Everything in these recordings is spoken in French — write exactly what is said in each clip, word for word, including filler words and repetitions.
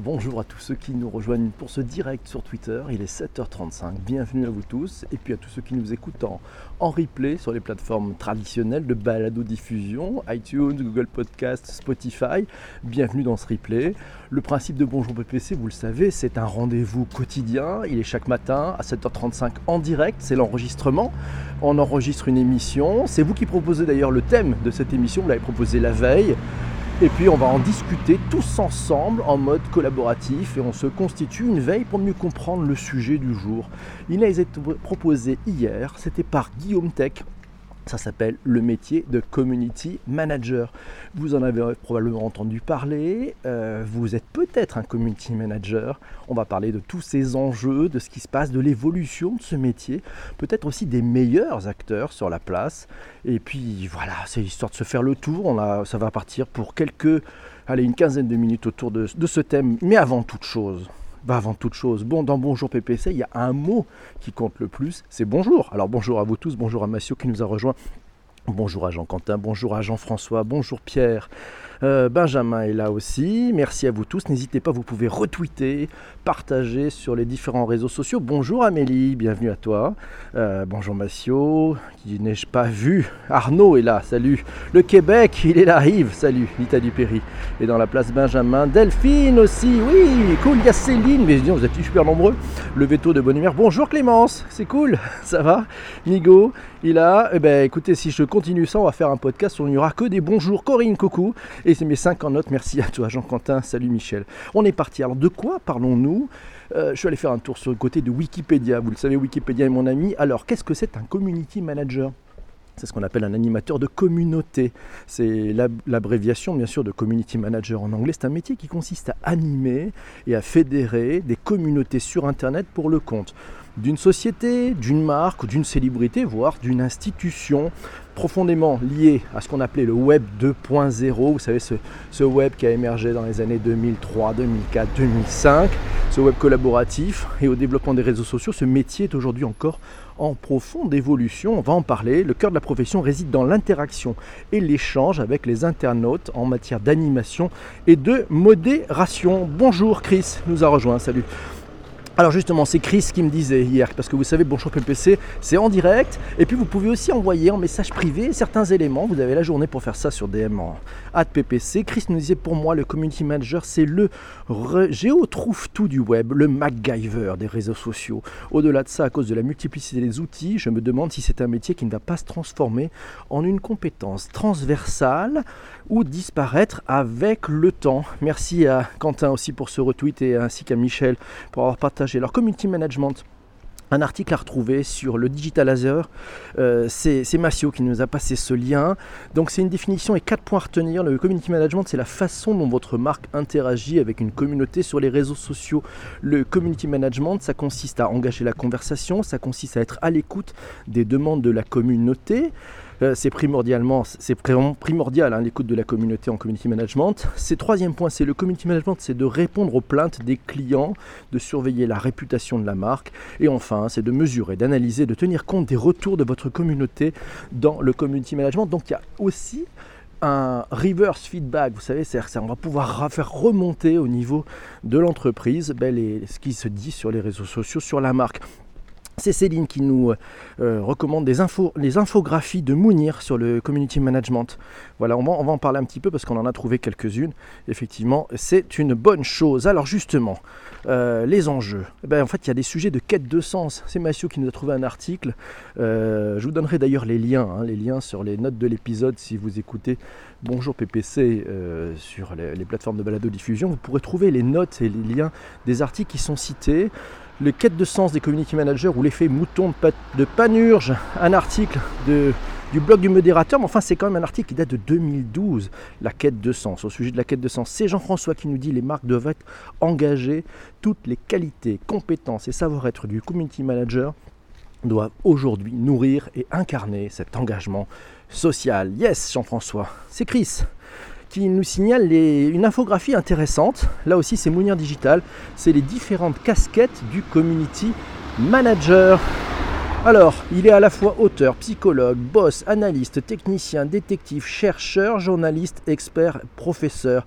bonjour à tous ceux qui nous rejoignent pour ce direct sur Twitter, il est sept heures trente-cinq, bienvenue à vous tous, et puis à tous ceux qui nous écoutent en, en replay sur les plateformes traditionnelles de balado-diffusion, iTunes, Google Podcast, Spotify, bienvenue dans ce replay. Le principe de Bonjour P P C, vous le savez, c'est un rendez-vous quotidien, il est chaque matin à sept heures trente-cinq en direct, c'est l'enregistrement, on enregistre une émission, c'est vous qui proposez d'ailleurs le thème de cette émission, vous l'avez proposé la veille. Et puis on va en discuter tous ensemble en mode collaboratif et on se constitue une veille pour mieux comprendre le sujet du jour. Il a été proposé hier, c'était par Guillaume Tech. Ça s'appelle le métier de community manager. Vous en avez probablement entendu parler, euh, vous êtes peut-être un community manager. On va parler de tous ces enjeux, de ce qui se passe, de l'évolution de ce métier, peut-être aussi des meilleurs acteurs sur la place. Et puis voilà, c'est histoire de se faire le tour. On a, ça va partir pour quelques, allez, une quinzaine de minutes autour de, de ce thème. Mais avant toute chose, Bah avant toute chose, bon, dans Bonjour P P C, il y a un mot qui compte le plus, c'est bonjour. Alors bonjour à vous tous, bonjour à Massio qui nous a rejoint, bonjour à Jean-Quentin, bonjour à Jean-François, bonjour Pierre, euh, Benjamin est là aussi, merci à vous tous, n'hésitez pas, vous pouvez retweeter, partager sur les différents réseaux sociaux. Bonjour Amélie, bienvenue à toi, euh, bonjour Massio, qui n'ai-je pas vu, Arnaud est là, salut, le Québec, il est là, Yves, salut, Nita Dupéry, et dans la place Benjamin, Delphine aussi, oui, cool, il y a Céline, mais vous êtes super nombreux, le veto de bonne humeur, bonjour Clémence, c'est cool, ça va, Nigo, il a, eh ben écoutez, si je continue ça, on va faire un podcast où il n'y aura que des bonjours, Corinne, coucou, et c'est mes cinq en notes, merci à toi Jean-Quentin, salut Michel. On est parti, alors de quoi parlons-nous ? euh, Je suis allé faire un tour sur le côté de Wikipédia, vous le savez, Wikipédia est mon ami. Alors qu'est-ce que c'est un community manager ? C'est ce qu'on appelle un animateur de communauté. C'est l'ab- l'abréviation, bien sûr, de community manager en anglais. C'est un métier qui consiste à animer et à fédérer des communautés sur Internet pour le compte d'une société, d'une marque ou d'une célébrité, voire d'une institution profondément liée à ce qu'on appelait le web deux point zéro. Vous savez, ce, ce web qui a émergé dans les années deux mille trois, deux mille quatre, deux mille cinq, ce web collaboratif et au développement des réseaux sociaux. Ce métier est aujourd'hui encore en profonde évolution, on va en parler. Le cœur de la profession réside dans l'interaction et l'échange avec les internautes en matière d'animation et de modération. Bonjour Chris, nous a rejoint, salut. Alors justement, c'est Chris qui me disait hier, parce que vous savez, Bonjour P P C, c'est en direct, et puis vous pouvez aussi envoyer en message privé certains éléments, vous avez la journée pour faire ça sur D M en arobase P P C. Chris nous disait, pour moi, le community manager, c'est le re- géotrouve-tout du web, le MacGyver des réseaux sociaux. Au-delà de ça, à cause de la multiplicité des outils, je me demande si c'est un métier qui ne va pas se transformer en une compétence transversale ou disparaître avec le temps. Merci à Quentin aussi pour ce retweet et ainsi qu'à Michel pour avoir partagé leur community management. Un article à retrouver sur le Digital Laser, euh, c'est, c'est Massio qui nous a passé ce lien. Donc c'est une définition et quatre points à retenir. Le community management, c'est la façon dont votre marque interagit avec une communauté sur les réseaux sociaux. Le community management, ça consiste à engager la conversation, ça consiste à être à l'écoute des demandes de la communauté. Euh, c'est primordialement, c'est primordial hein, l'écoute de la communauté en community management. C'est troisième point, c'est le community management, c'est de répondre aux plaintes des clients, de surveiller la réputation de la marque. Et enfin, c'est de mesurer, d'analyser, de tenir compte des retours de votre communauté dans le community management. Donc il y a aussi un reverse feedback, vous savez, c'est-à-dire qu'on va pouvoir faire remonter au niveau de l'entreprise ben, les, ce qui se dit sur les réseaux sociaux, sur la marque. C'est Céline qui nous euh, recommande des infos, les infographies de Mounir sur le community management. Voilà, on va, on va en parler un petit peu parce qu'on en a trouvé quelques-unes. Effectivement, c'est une bonne chose. Alors justement, euh, les enjeux. Eh ben, en fait, il y a des sujets de quête de sens. C'est Massio qui nous a trouvé un article. Euh, je vous donnerai d'ailleurs les liens, hein, les liens sur les notes de l'épisode si vous écoutez Bonjour P P C euh, sur les, les plateformes de balado-diffusion. Vous pourrez trouver les notes et les liens des articles qui sont cités. Le quête de sens des community managers ou l'effet mouton de, pa- de Panurge, un article de, du blog du modérateur, mais enfin c'est quand même un article qui date de deux mille douze, la quête de sens. Au sujet de la quête de sens, c'est Jean-François qui nous dit les marques doivent être engagées, toutes les qualités, compétences et savoir-être du community manager doivent aujourd'hui nourrir et incarner cet engagement social. Yes Jean-François, c'est Chris qui nous signale les, une infographie intéressante. Là aussi, c'est Mounir Digital. C'est les différentes casquettes du community manager. Alors, il est à la fois auteur, psychologue, boss, analyste, technicien, détective, chercheur, journaliste, expert, professeur.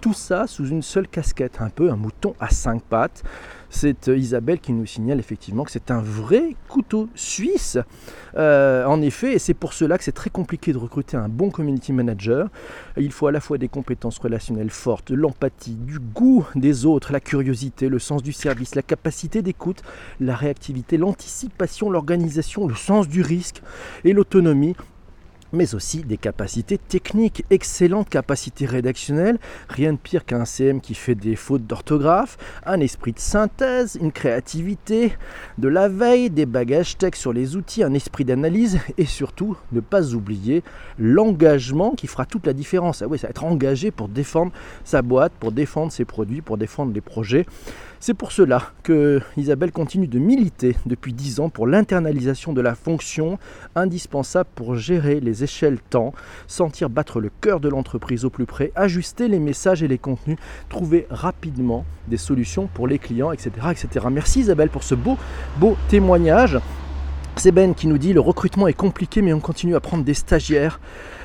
Tout ça sous une seule casquette, un peu un mouton à cinq pattes. C'est Isabelle qui nous signale effectivement que c'est un vrai couteau suisse. Euh, en effet, et c'est pour cela que c'est très compliqué de recruter un bon community manager. Il faut à la fois des compétences relationnelles fortes, de l'empathie, du goût des autres, la curiosité, le sens du service, la capacité d'écoute, la réactivité, l'anticipation, l'organisation, le sens du risque et l'autonomie, mais aussi des capacités techniques, excellentes capacités rédactionnelles, rien de pire qu'un C M qui fait des fautes d'orthographe, un esprit de synthèse, une créativité, de la veille, des bagages tech sur les outils, un esprit d'analyse et surtout ne pas oublier l'engagement qui fera toute la différence. Ah oui, ça va être engagé pour défendre sa boîte, pour défendre ses produits, pour défendre les projets. C'est pour cela que Isabelle continue de militer depuis dix ans pour l'internalisation de la fonction indispensable pour gérer les échelles temps, sentir battre le cœur de l'entreprise au plus près, ajuster les messages et les contenus, trouver rapidement des solutions pour les clients, et cetera, et cetera. Merci Isabelle pour ce beau, beau témoignage. C'est Ben qui nous dit « Le recrutement est compliqué mais on continue à prendre des stagiaires ».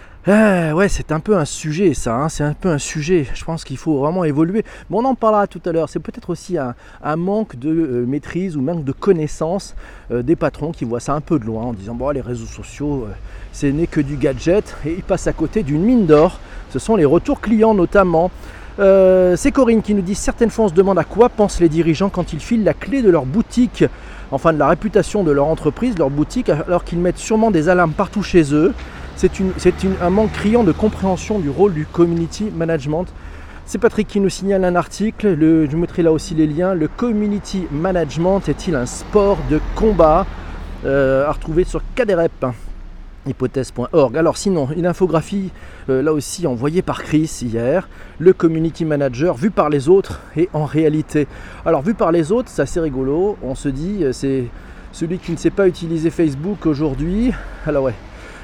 Ah, ouais, c'est un peu un sujet ça, hein, c'est un peu un sujet, je pense qu'il faut vraiment évoluer. Mais on en parlera tout à l'heure, c'est peut-être aussi un, un manque de euh, maîtrise ou manque de connaissance euh, des patrons qui voient ça un peu de loin en disant bon, les réseaux sociaux, euh, c'est n'est que du gadget et ils passent à côté d'une mine d'or. Ce sont les retours clients notamment. Euh, c'est Corinne qui nous dit certaines fois on se demande à quoi pensent les dirigeants quand ils filent la clé de leur boutique, enfin de la réputation de leur entreprise, leur boutique, alors qu'ils mettent sûrement des alarmes partout chez eux. C'est, une, c'est une, un manque criant de compréhension du rôle du community management. C'est Patrick qui nous signale un article, le, je mettrai là aussi les liens. Le community management est-il un sport de combat euh, à retrouver sur Caderep, hypothèse point org. Alors sinon, une infographie euh, là aussi envoyée par Chris hier. Le community manager vu par les autres et en réalité. Alors vu par les autres, c'est assez rigolo. On se dit, c'est celui qui ne sait pas utiliser Facebook aujourd'hui. Alors ouais.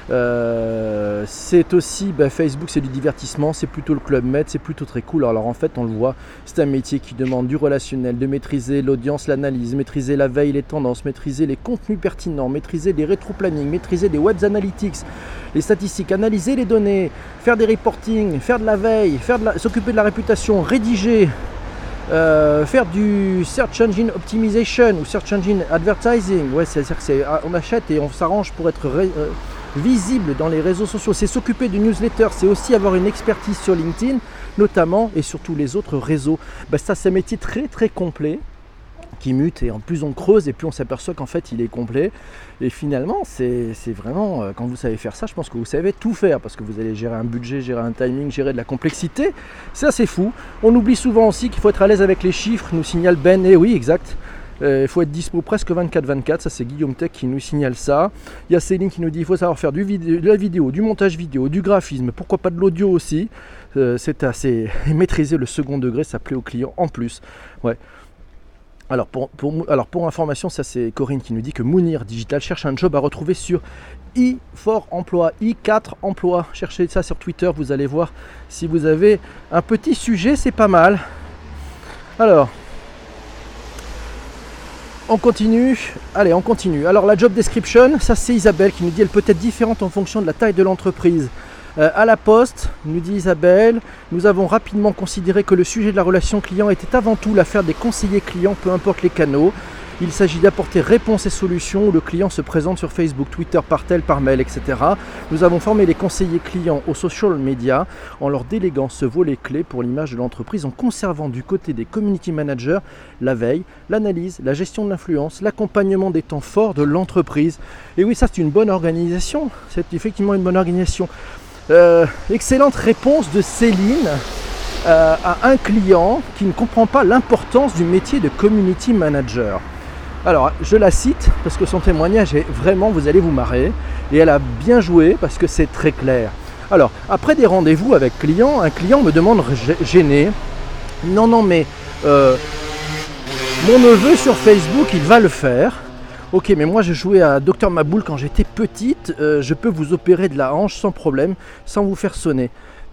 Euh, c'est aussi bah, Facebook, c'est du divertissement, c'est plutôt le Club Med, c'est plutôt très cool. Alors en fait on le voit, c'est un métier qui demande du relationnel, de maîtriser l'audience, l'analyse, maîtriser la veille, les tendances, maîtriser les contenus pertinents, maîtriser les rétro-planning, maîtriser des web analytics, les statistiques, analyser les données, faire des reporting, faire de la veille, faire de la, s'occuper de la réputation, rédiger, Euh, faire du search engine optimization ou search engine advertising. Ouais, c'est-à-dire que c'est, on achète et on s'arrange pour être ré, euh, visible dans les réseaux sociaux. C'est s'occuper du newsletter, c'est aussi avoir une expertise sur LinkedIn notamment et sur tous les autres réseaux. Ben, ça, c'est un métier très très complet qui mute et en plus on creuse et plus on s'aperçoit qu'en fait il est complet et finalement c'est, c'est vraiment euh, quand vous savez faire ça, je pense que vous savez tout faire parce que vous allez gérer un budget, gérer un timing, gérer de la complexité. Ça c'est fou. On oublie souvent aussi qu'il faut être à l'aise avec les chiffres, nous signale Ben. Et oui, exact, euh, il faut être dispo presque vingt-quatre vingt-quatre. Ça c'est Guillaume Tech qui nous signale ça. Il y a Céline qui nous dit il faut savoir faire du vidéo, de la vidéo, du montage vidéo, du graphisme, pourquoi pas de l'audio aussi. euh, c'est assez maîtriser le second degré, ça plaît aux clients en plus. Ouais. Alors pour, pour, alors pour information, ça c'est Corinne qui nous dit que Mounir Digital cherche un job à retrouver sur i quatre Emploi, i quatre Emploi. Cherchez ça sur Twitter, vous allez voir si vous avez un petit sujet, c'est pas mal. Alors, on continue. Allez, on continue. Alors la job description, ça c'est Isabelle qui nous dit elle peut être différente en fonction de la taille de l'entreprise. Euh, à la poste, nous dit Isabelle, nous avons rapidement considéré que le sujet de la relation client était avant tout l'affaire des conseillers clients, peu importe les canaux. Il s'agit d'apporter réponse et solutions où le client se présente sur Facebook, Twitter, par tel, par mail, et cetera. Nous avons formé les conseillers clients aux social media en leur déléguant ce volet clé pour l'image de l'entreprise en conservant du côté des community managers la veille, l'analyse, la gestion de l'influence, l'accompagnement des temps forts de l'entreprise. Et oui, ça c'est une bonne organisation, c'est effectivement une bonne organisation. Euh, excellente réponse de Céline euh, à un client qui ne comprend pas l'importance du métier de community manager. Alors je la cite parce que son témoignage est vraiment, vous allez vous marrer, et elle a bien joué parce que c'est très clair. Alors après des rendez-vous avec clients, un client me demande gêné, non non mais euh, mon neveu sur Facebook il va le faire. Ok, mais moi je jouais à Docteur Maboul quand j'étais petite, euh, je peux vous opérer de la hanche sans problème, sans vous faire sonner.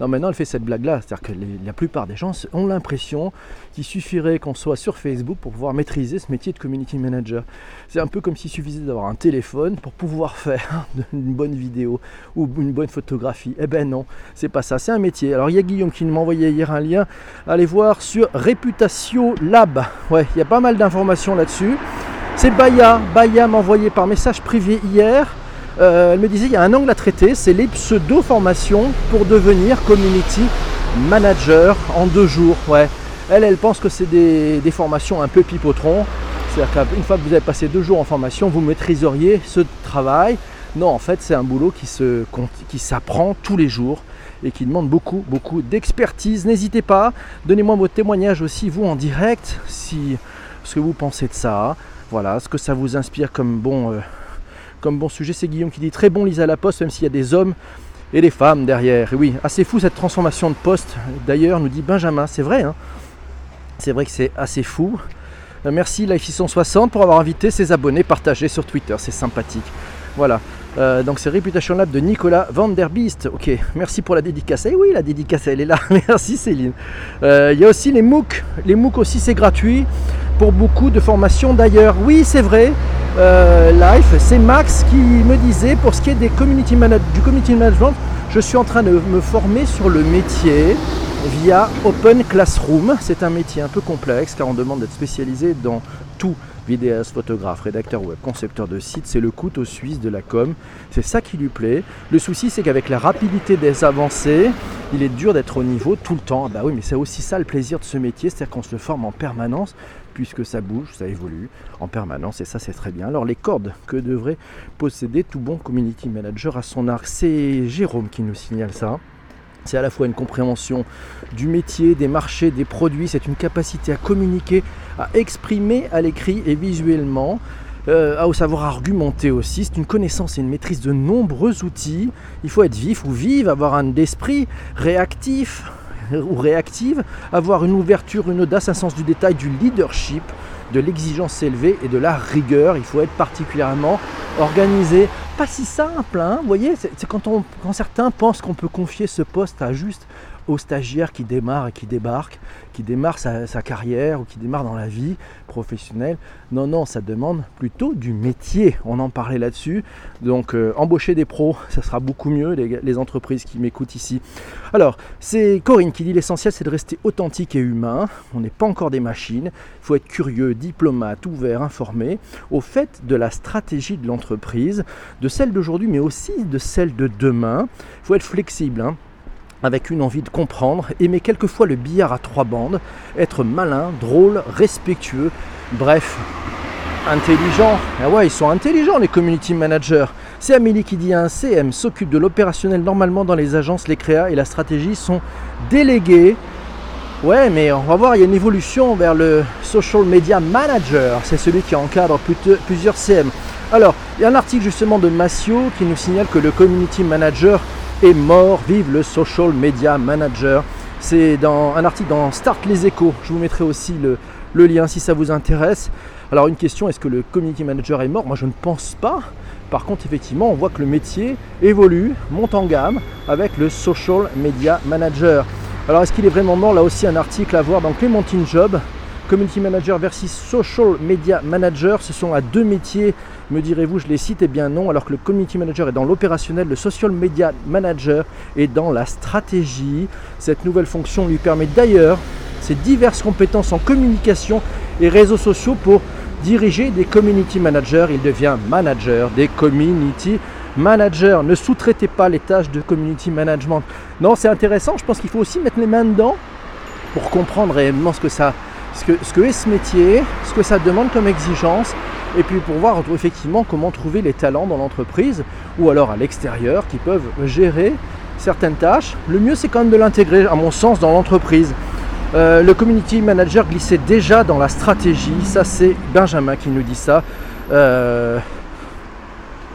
Non, maintenant elle fait cette blague-là, c'est-à-dire que les, la plupart des gens ont l'impression qu'il suffirait qu'on soit sur Facebook pour pouvoir maîtriser ce métier de community manager. C'est un peu comme s'il suffisait d'avoir un téléphone pour pouvoir faire une bonne vidéo ou une bonne photographie. Eh ben non, c'est pas ça, c'est un métier. Alors il y a Guillaume qui m'a envoyé hier un lien, allez voir sur Reputatio Lab. Ouais, il y a pas mal d'informations là-dessus. C'est Baya, Baya m'a envoyé par message privé hier. Euh, elle me disait il y a un angle à traiter, c'est les pseudo-formations pour devenir community manager en deux jours. Ouais. Elle, elle pense que c'est des, des formations un peu pipotron. C'est-à-dire qu'une fois que vous avez passé deux jours en formation, vous maîtriseriez ce travail. Non, en fait, c'est un boulot qui, se, qui s'apprend tous les jours et qui demande beaucoup, beaucoup d'expertise. N'hésitez pas, donnez-moi votre témoignage aussi, vous en direct, si, ce que vous pensez de ça. Voilà, ce que ça vous inspire comme bon... Euh, Comme bon sujet, c'est Guillaume qui dit très bon Lisa Laposte, même s'il y a des hommes et des femmes derrière. Et oui, assez fou cette transformation de poste. D'ailleurs, nous dit Benjamin, c'est vrai, hein, c'est vrai que c'est assez fou. Euh, merci Life six cent soixante pour avoir invité ses abonnés, partagé sur Twitter, c'est sympathique. Voilà, euh, donc c'est Reputation Lab de Nicolas Van Der Beest. Ok, merci pour la dédicace. Et oui, la dédicace, elle est là. Merci Céline. Euh, il y a aussi les MOOC. Les MOOC aussi, c'est gratuit pour beaucoup de formations d'ailleurs. Oui, c'est vrai. Euh, Life, c'est Max qui me disait pour ce qui est des community manag- du community management, je suis en train de me former sur le métier via Open Classroom. C'est un métier un peu complexe car on demande d'être spécialisé dans tout. Vidéaste, photographe, rédacteur web, concepteur de site, c'est le couteau suisse de la com. C'est ça qui lui plaît. Le souci, c'est qu'avec la rapidité des avancées, il est dur d'être au niveau tout le temps. Bah oui, mais c'est aussi ça le plaisir de ce métier, c'est-à-dire qu'on se forme en permanence, puisque ça bouge, ça évolue en permanence, et ça c'est très bien. Alors les cordes que devrait posséder tout bon community manager à son arc, c'est Jérôme qui nous signale ça. C'est à la fois une compréhension du métier, des marchés, des produits, c'est une capacité à communiquer, à exprimer à l'écrit et visuellement, euh, à savoir argumenter aussi. C'est une connaissance et une maîtrise de nombreux outils. Il faut être vif ou vive, avoir un esprit réactif ou réactive, avoir une ouverture, une audace, un sens du détail, du leadership, de l'exigence élevée et de la rigueur. Il faut être particulièrement organisé. Pas si simple, hein, vous voyez, c'est, c'est quand, on, quand certains pensent qu'on peut confier ce poste à juste aux stagiaires qui démarrent et qui débarquent, qui démarrent sa, sa carrière ou qui démarrent dans la vie professionnelle. Non, non, ça demande plutôt du métier. On en parlait là-dessus. Donc, euh, embaucher des pros, ça sera beaucoup mieux, les, les entreprises qui m'écoutent ici. Alors, c'est Corinne qui dit l'essentiel, c'est de rester authentique et humain. On n'est pas encore des machines. Il faut être curieux, diplomate, ouvert, informé au fait de la stratégie de l'entreprise, de celle d'aujourd'hui, mais aussi de celle de demain. Il faut être flexible, hein, avec une envie de comprendre, aimer quelquefois le billard à trois bandes, être malin, drôle, respectueux, bref, intelligent. Ah ouais, ils sont intelligents les community managers. C'est Amélie qui dit un C M s'occupe de l'opérationnel normalement dans les agences, les créas et la stratégie sont délégués. Ouais, mais on va voir, il y a une évolution vers le social media manager, c'est celui qui encadre plusieurs C M. Alors, il y a un article justement de Massio qui nous signale que le community manager est mort, vive le social media manager. C'est dans un article dans Start les Échos. Je vous mettrai aussi le, le lien si ça vous intéresse. Alors une question, est-ce que le community manager est mort? Moi je ne pense pas. Par contre effectivement on voit que le métier évolue, monte en gamme avec le social media manager. Alors est-ce qu'il est vraiment mort? Là aussi un article à voir dans Clémentine Job. Community Manager versus Social Media Manager, ce sont à deux métiers, me direz-vous, je les cite, eh bien non, alors que le Community Manager est dans l'opérationnel, le Social Media Manager est dans la stratégie. Cette nouvelle fonction lui permet d'ailleurs ses diverses compétences en communication et réseaux sociaux pour diriger des Community Managers. Il devient manager des Community Managers. Ne sous-traitez pas les tâches de Community Management. Non, c'est intéressant, je pense qu'il faut aussi mettre les mains dedans pour comprendre réellement ce que ça Ce que, ce que est ce métier, ce que ça demande comme exigence, et puis pour voir effectivement comment trouver les talents dans l'entreprise ou alors à l'extérieur qui peuvent gérer certaines tâches. Le mieux c'est quand même de l'intégrer à mon sens dans l'entreprise. Euh, le community manager glissait déjà dans la stratégie, ça c'est Benjamin qui nous dit ça. Euh,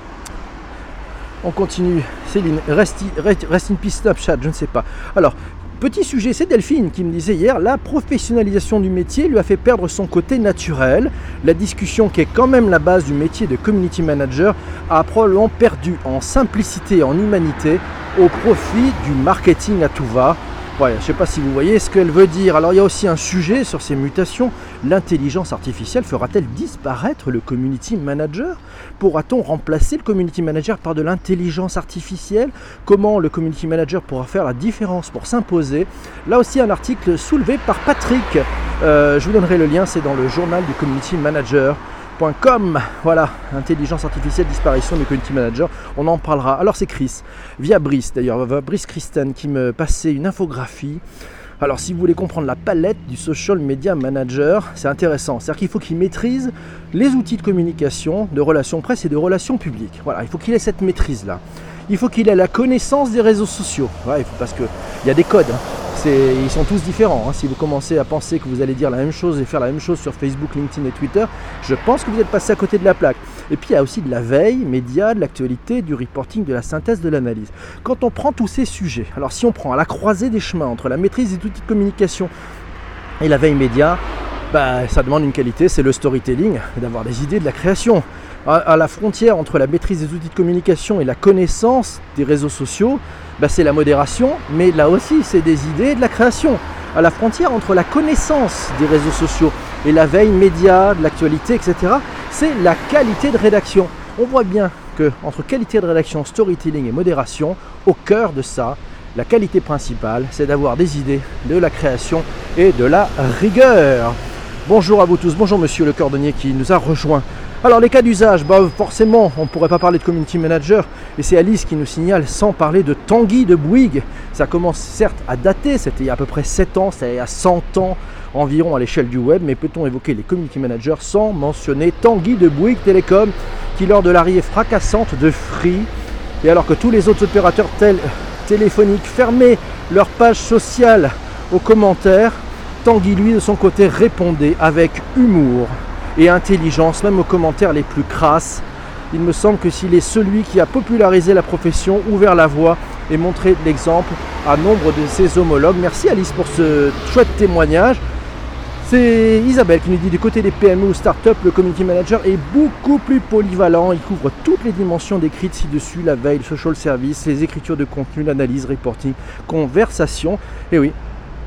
on continue, Céline, reste, reste in peace Snapchat, je ne sais pas. Alors, Petit sujet, c'est Delphine qui me disait hier, la professionnalisation du métier lui a fait perdre son côté naturel. La discussion qui est quand même la base du métier de community manager a probablement perdu en simplicité et en humanité au profit du marketing à tout va. Ouais, je ne sais pas si vous voyez ce qu'elle veut dire. Alors il y a aussi un sujet sur ces mutations. L'intelligence artificielle fera-t-elle disparaître le community manager ? Pourra-t-on remplacer le community manager par de l'intelligence artificielle ? Comment le community manager pourra faire la différence pour s'imposer ? Là aussi un article soulevé par Patrick. Euh, je vous donnerai le lien, c'est dans le journal du community manager. .com. Voilà, intelligence artificielle, disparition du community manager, on en parlera. Alors c'est Chris, via Brice d'ailleurs, Brice Christen qui me passait une infographie. Alors si vous voulez comprendre la palette du social media manager, c'est intéressant. C'est-à-dire qu'il faut qu'il maîtrise les outils de communication, de relations presse et de relations publiques. Voilà, il faut qu'il ait cette maîtrise-là. Il faut qu'il ait la connaissance des réseaux sociaux. Ouais, il faut, parce qu'il y a des codes. Hein. C'est, ils sont tous différents. Hein. Si vous commencez à penser que vous allez dire la même chose et faire la même chose sur Facebook, LinkedIn et Twitter, je pense que vous êtes passé à côté de la plaque. Et puis il y a aussi de la veille, média, de l'actualité, du reporting, de la synthèse, de l'analyse. Quand on prend tous ces sujets, alors si on prend à la croisée des chemins entre la maîtrise des outils de communication et la veille média, bah, ça demande une qualité, c'est le storytelling, d'avoir des idées, de la création. À la frontière entre la maîtrise des outils de communication et la connaissance des réseaux sociaux, bah c'est la modération, mais là aussi c'est des idées et de la création. À la frontière entre la connaissance des réseaux sociaux et la veille média, de l'actualité, et cetera, c'est la qualité de rédaction. On voit bien que entre qualité de rédaction, storytelling et modération, au cœur de ça, la qualité principale, c'est d'avoir des idées, de la création et de la rigueur. Bonjour à vous tous, bonjour monsieur le cordonnier qui nous a rejoint. Alors les cas d'usage, bah forcément on ne pourrait pas parler de community manager et c'est Alice qui nous signale sans parler de Tanguy de Bouygues. Ça commence certes à dater, c'était il y a à peu près sept ans, c'était il y a cent ans environ à l'échelle du web, mais peut-on évoquer les community managers sans mentionner Tanguy de Bouygues Télécom qui lors de l'arrivée fracassante de Free et alors que tous les autres opérateurs tel, téléphoniques fermaient leur page sociale aux commentaires, Tanguy lui de son côté répondait avec humour et intelligence, même aux commentaires les plus crasses. Il me semble que s'il est celui qui a popularisé la profession, ouvert la voie et montré l'exemple à nombre de ses homologues. Merci Alice pour ce chouette témoignage. C'est Isabelle qui nous dit du côté des P M E ou start-up, le community manager est beaucoup plus polyvalent. Il couvre toutes les dimensions décrites ci-dessus, la veille, le social service, les écritures de contenu, l'analyse, reporting, conversation. Et oui,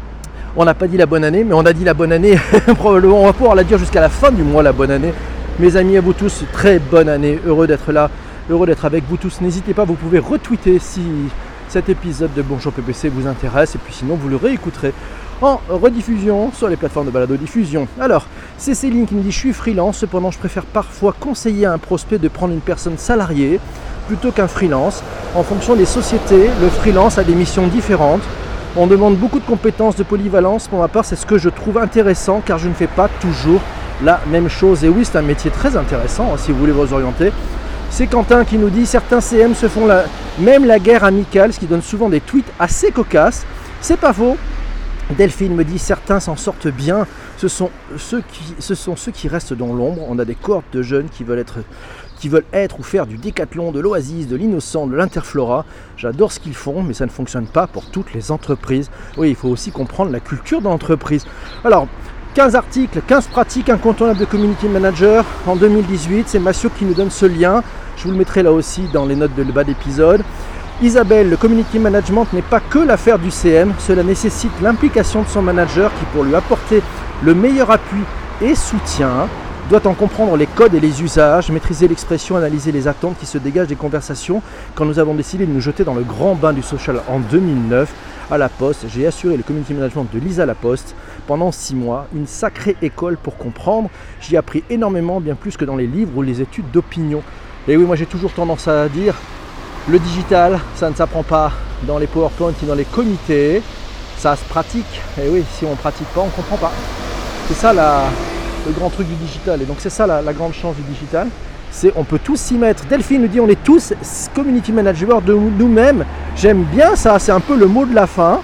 on n'a pas dit la bonne année, mais on a dit la bonne année. Probablement, on va pouvoir la dire jusqu'à la fin du mois, la bonne année. Mes amis, à vous tous, très bonne année. Heureux d'être là, heureux d'être avec vous tous. N'hésitez pas, vous pouvez retweeter si cet épisode de Bonjour P P C vous intéresse. Et puis sinon, vous le réécouterez en rediffusion sur les plateformes de balado-diffusion. Alors, c'est Céline qui me dit « Je suis freelance, cependant je préfère parfois conseiller à un prospect de prendre une personne salariée plutôt qu'un freelance. En fonction des sociétés, le freelance a des missions différentes. On demande beaucoup de compétences, de polyvalence. Pour ma part, c'est ce que je trouve intéressant car je ne fais pas toujours la même chose. Et oui, c'est un métier très intéressant hein, si vous voulez vous orienter. C'est Quentin qui nous dit « Certains C M se font la, même la guerre amicale, ce qui donne souvent des tweets assez cocasses. » C'est pas faux. Delphine me dit « Certains s'en sortent bien. Ce sont, ceux qui, ce sont ceux qui restent dans l'ombre. On a des cohortes de jeunes qui veulent être... qui veulent être ou faire du décathlon, de l'oasis, de l'innocent, de l'interflora. J'adore ce qu'ils font, mais ça ne fonctionne pas pour toutes les entreprises. Oui, il faut aussi comprendre la culture de l'entreprise. Alors, quinze articles, quinze pratiques incontournables de community manager en deux mille dix-huit. C'est Massio qui nous donne ce lien. Je vous le mettrai là aussi dans les notes de le bas d'épisode. Isabelle, le community management n'est pas que l'affaire du C M. Cela nécessite l'implication de son manager qui, pour lui apporter le meilleur appui et soutien, doit en comprendre les codes et les usages, maîtriser l'expression, analyser les attentes qui se dégagent des conversations. Quand nous avons décidé de nous jeter dans le grand bain du social en deux mille neuf, à la Poste, j'ai assuré le community management de Lisa Laposte pendant six mois, une sacrée école pour comprendre. J'y ai appris énormément, bien plus que dans les livres ou les études d'opinion. Et oui, moi j'ai toujours tendance à dire, le digital, ça ne s'apprend pas dans les PowerPoint ni dans les comités, ça se pratique. Et oui, si on ne pratique pas, on ne comprend pas. C'est ça la... le grand truc du digital. Et donc c'est ça la, la grande chance du digital, c'est on peut tous s'y mettre. Delphine nous dit on est tous community managers de nous-mêmes. J'aime bien ça, c'est un peu le mot de la fin.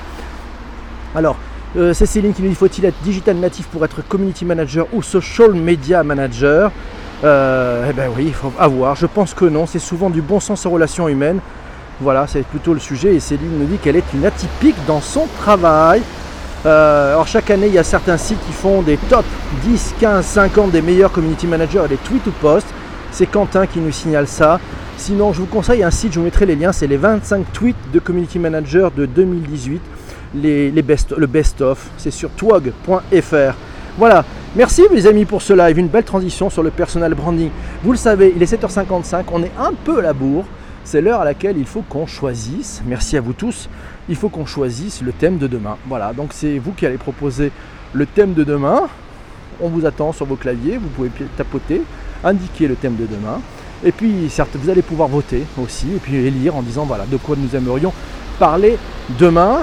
Alors euh, c'est Céline qui nous dit faut-il être digital natif pour être community manager ou social media manager? euh, Eh ben oui, il faut avoir. Je pense que non, c'est souvent du bon sens en relations humaines. Voilà, c'est plutôt le sujet. Et Céline nous dit qu'elle est une atypique dans son travail. Euh, alors chaque année, il y a certains sites qui font des top dix, quinze, cinquante des meilleurs community managers et des tweets ou posts. C'est Quentin qui nous signale ça. Sinon, je vous conseille un site, je vous mettrai les liens, c'est les vingt-cinq tweets de community manager de deux mille dix-huit, les, les best, le best-of, c'est sur twog point f r. Voilà, merci les amis pour ce live, une belle transition sur le personal branding. Vous le savez, il est sept heures cinquante-cinq, on est un peu à la bourre, c'est l'heure à laquelle il faut qu'on choisisse, merci à vous tous, il faut qu'on choisisse le thème de demain. Voilà, donc c'est vous qui allez proposer le thème de demain, on vous attend sur vos claviers, vous pouvez tapoter, indiquer le thème de demain. Et puis certes, vous allez pouvoir voter aussi et puis élire en disant voilà de quoi nous aimerions parler demain.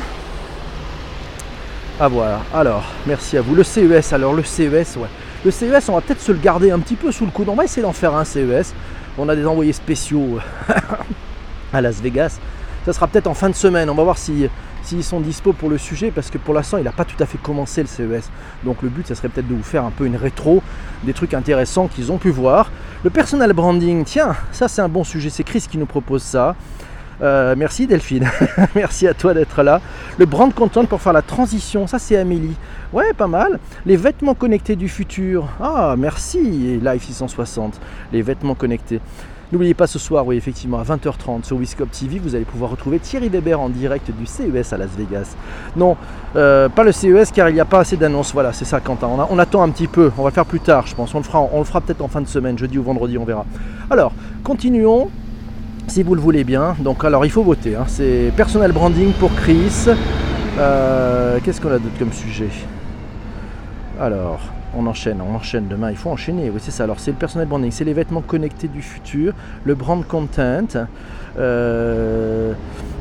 Ah voilà, alors merci à vous. Le C E S, alors le C E S, ouais. Le C E S, on va peut-être se le garder un petit peu sous le coude. On va essayer d'en faire un C E S. On a des envoyés spéciaux à Las Vegas. Ça sera peut-être en fin de semaine. On va voir si s'ils sont dispo pour le sujet, parce que pour l'instant il n'a pas tout à fait commencé le C E S, donc le but ça serait peut-être de vous faire un peu une rétro des trucs intéressants qu'ils ont pu voir. Le personal branding, tiens, ça c'est un bon sujet, c'est Chris qui nous propose ça. Euh, merci Delphine, merci à toi d'être là. Le brand content pour faire la transition, ça c'est Amélie, ouais pas mal. Les vêtements connectés du futur, ah merci Live six cent soixante, les vêtements connectés. N'oubliez pas ce soir, oui effectivement à vingt heures trente sur Wiscop T V, vous allez pouvoir retrouver Thierry Weber en direct du C E S à Las Vegas. Non, euh, pas le C E S car il n'y a pas assez d'annonces, voilà c'est ça Quentin, on, a, on attend un petit peu, on va le faire plus tard je pense, on le fera, on le fera peut-être en fin de semaine, jeudi ou vendredi, on verra. Alors, continuons, si vous le voulez bien, donc alors il faut voter, hein. C'est personal branding pour Chris, euh, qu'est-ce qu'on a d'autre comme sujet? Alors... On enchaîne, on enchaîne demain, il faut enchaîner, oui c'est ça. Alors c'est le personal branding, c'est les vêtements connectés du futur, le brand content. Euh...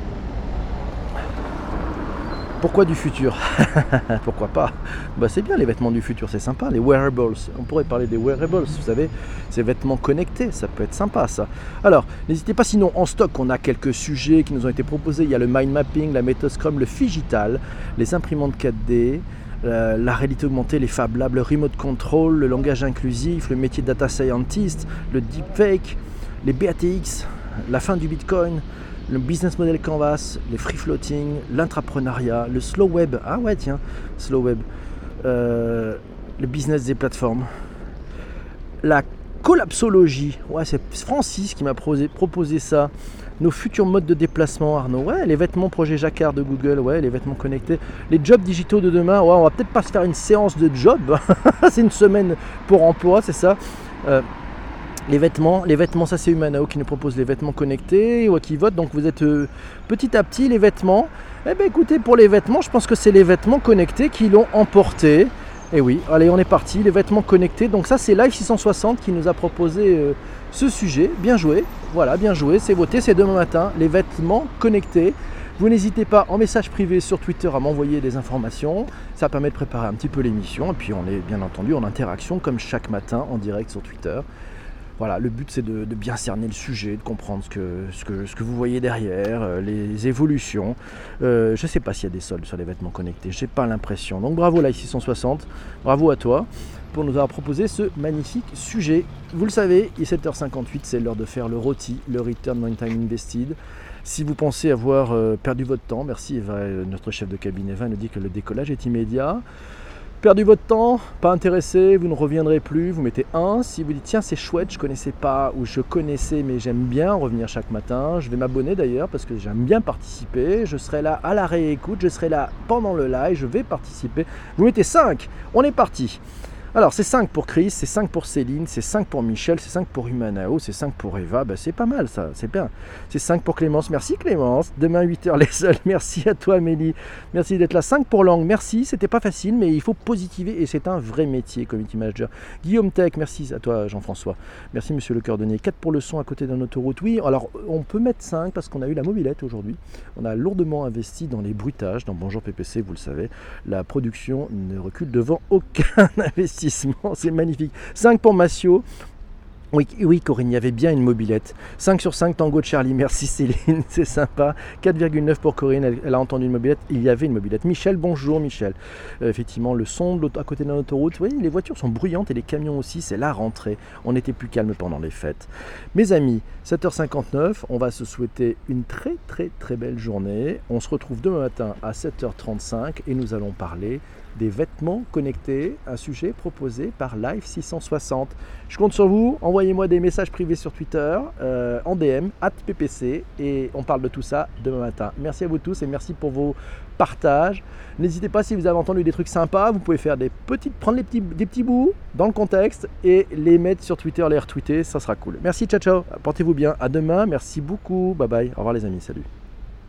Pourquoi du futur? Pourquoi pas? Bah c'est bien les vêtements du futur, c'est sympa, les wearables. On pourrait parler des wearables, vous savez, ces vêtements connectés, ça peut être sympa ça. Alors, n'hésitez pas, sinon en stock, on a quelques sujets qui nous ont été proposés. Il y a le mind mapping, la méthode Scrum, le Figital, les imprimantes quatre D, Euh, la réalité augmentée, les Fab Labs, le remote control, le langage inclusif, le métier de data scientist, le deepfake, les B A T X, la fin du Bitcoin, le business model canvas, les free floating, l'intrapreneuriat, le slow web, ah ouais tiens, slow web, euh, le business des plateformes, la collapsologie, ouais c'est Francis qui m'a proposé, proposé ça. Nos futurs modes de déplacement, Arnaud, ouais, les vêtements projet Jacquard de Google, ouais, les vêtements connectés, les jobs digitaux de demain, ouais, on va peut-être pas se faire une séance de job, c'est une semaine pour emploi, c'est ça. Euh, les vêtements, les vêtements, ça c'est Humanao qui nous propose les vêtements connectés, ouais, qui vote, donc vous êtes euh, petit à petit les vêtements. Eh bien écoutez, pour les vêtements, je pense que c'est les vêtements connectés qui l'ont emporté. Et oui, allez, on est parti, les vêtements connectés. Donc ça, c'est Live six cent soixante qui nous a proposé euh, ce sujet. Bien joué, voilà, bien joué, c'est voté, c'est demain matin, les vêtements connectés. Vous n'hésitez pas en message privé sur Twitter à m'envoyer des informations. Ça permet de préparer un petit peu l'émission. Et puis on est bien entendu en interaction comme chaque matin en direct sur Twitter. Voilà, le but c'est de, de bien cerner le sujet, de comprendre ce que, ce que, ce que vous voyez derrière, euh, les évolutions. Euh, je ne sais pas s'il y a des soldes sur les vêtements connectés, j'ai pas l'impression. Donc bravo Live six cent soixante, bravo à toi pour nous avoir proposé ce magnifique sujet. Vous le savez, il est sept heures cinquante-huit, c'est l'heure de faire le R O T I, le Return on Time Invested. Si vous pensez avoir euh, perdu votre temps, merci Eva, notre chef de cabinet Eva nous dit que le décollage est immédiat. Perdu votre temps, pas intéressé, vous ne reviendrez plus, vous mettez un. Si vous dites tiens c'est chouette, je connaissais pas ou je connaissais mais j'aime bien revenir chaque matin, je vais m'abonner d'ailleurs parce que j'aime bien participer, je serai là à la réécoute, je serai là pendant le live, je vais participer. Vous mettez cinq, on est parti. Alors c'est cinq pour Chris, c'est cinq pour Céline, c'est cinq pour Michel, c'est cinq pour Humanao, c'est cinq pour Eva, ben, c'est pas mal ça, c'est bien. C'est cinq pour Clémence, merci Clémence, demain huit heures les seuls, merci à toi Amélie, merci d'être là. Cinq pour Langue, merci, c'était pas facile mais il faut positiver et c'est un vrai métier, community manager. Guillaume Tech, merci à toi Jean-François, merci monsieur le cordonnier. Quatre pour le son à côté d'une autoroute, oui, alors on peut mettre cinq parce qu'on a eu la mobilette aujourd'hui, on a lourdement investi dans les bruitages, dans Bonjour P P C, vous le savez, la production ne recule devant aucun investissement. C'est magnifique. cinq pour Massio. Oui, oui, Corinne, il y avait bien une mobilette. cinq sur cinq, Tango de Charlie, merci Céline, c'est sympa. quatre virgule neuf pour Corinne, elle, elle a entendu une mobilette, il y avait une mobilette. Michel, bonjour Michel. Euh, effectivement, le son de l'auto- à côté de l'autoroute, oui, les voitures sont bruyantes et les camions aussi, c'est la rentrée. On était plus calme pendant les fêtes. Mes amis, sept heures cinquante-neuf, on va se souhaiter une très très très belle journée. On se retrouve demain matin à sept heures trente-cinq et nous allons parler des vêtements connectés, un sujet proposé par Live six cent soixante. Je compte sur vous, envoyez-moi des messages privés sur Twitter, euh, en D M, arobase P P C, et on parle de tout ça demain matin. Merci à vous tous et merci pour vos partages. N'hésitez pas, si vous avez entendu des trucs sympas, vous pouvez faire des petites, prendre les petits, des petits bouts dans le contexte et les mettre sur Twitter, les retweeter, ça sera cool. Merci, ciao ciao, portez-vous bien, à demain, merci beaucoup, bye bye, au revoir les amis, salut.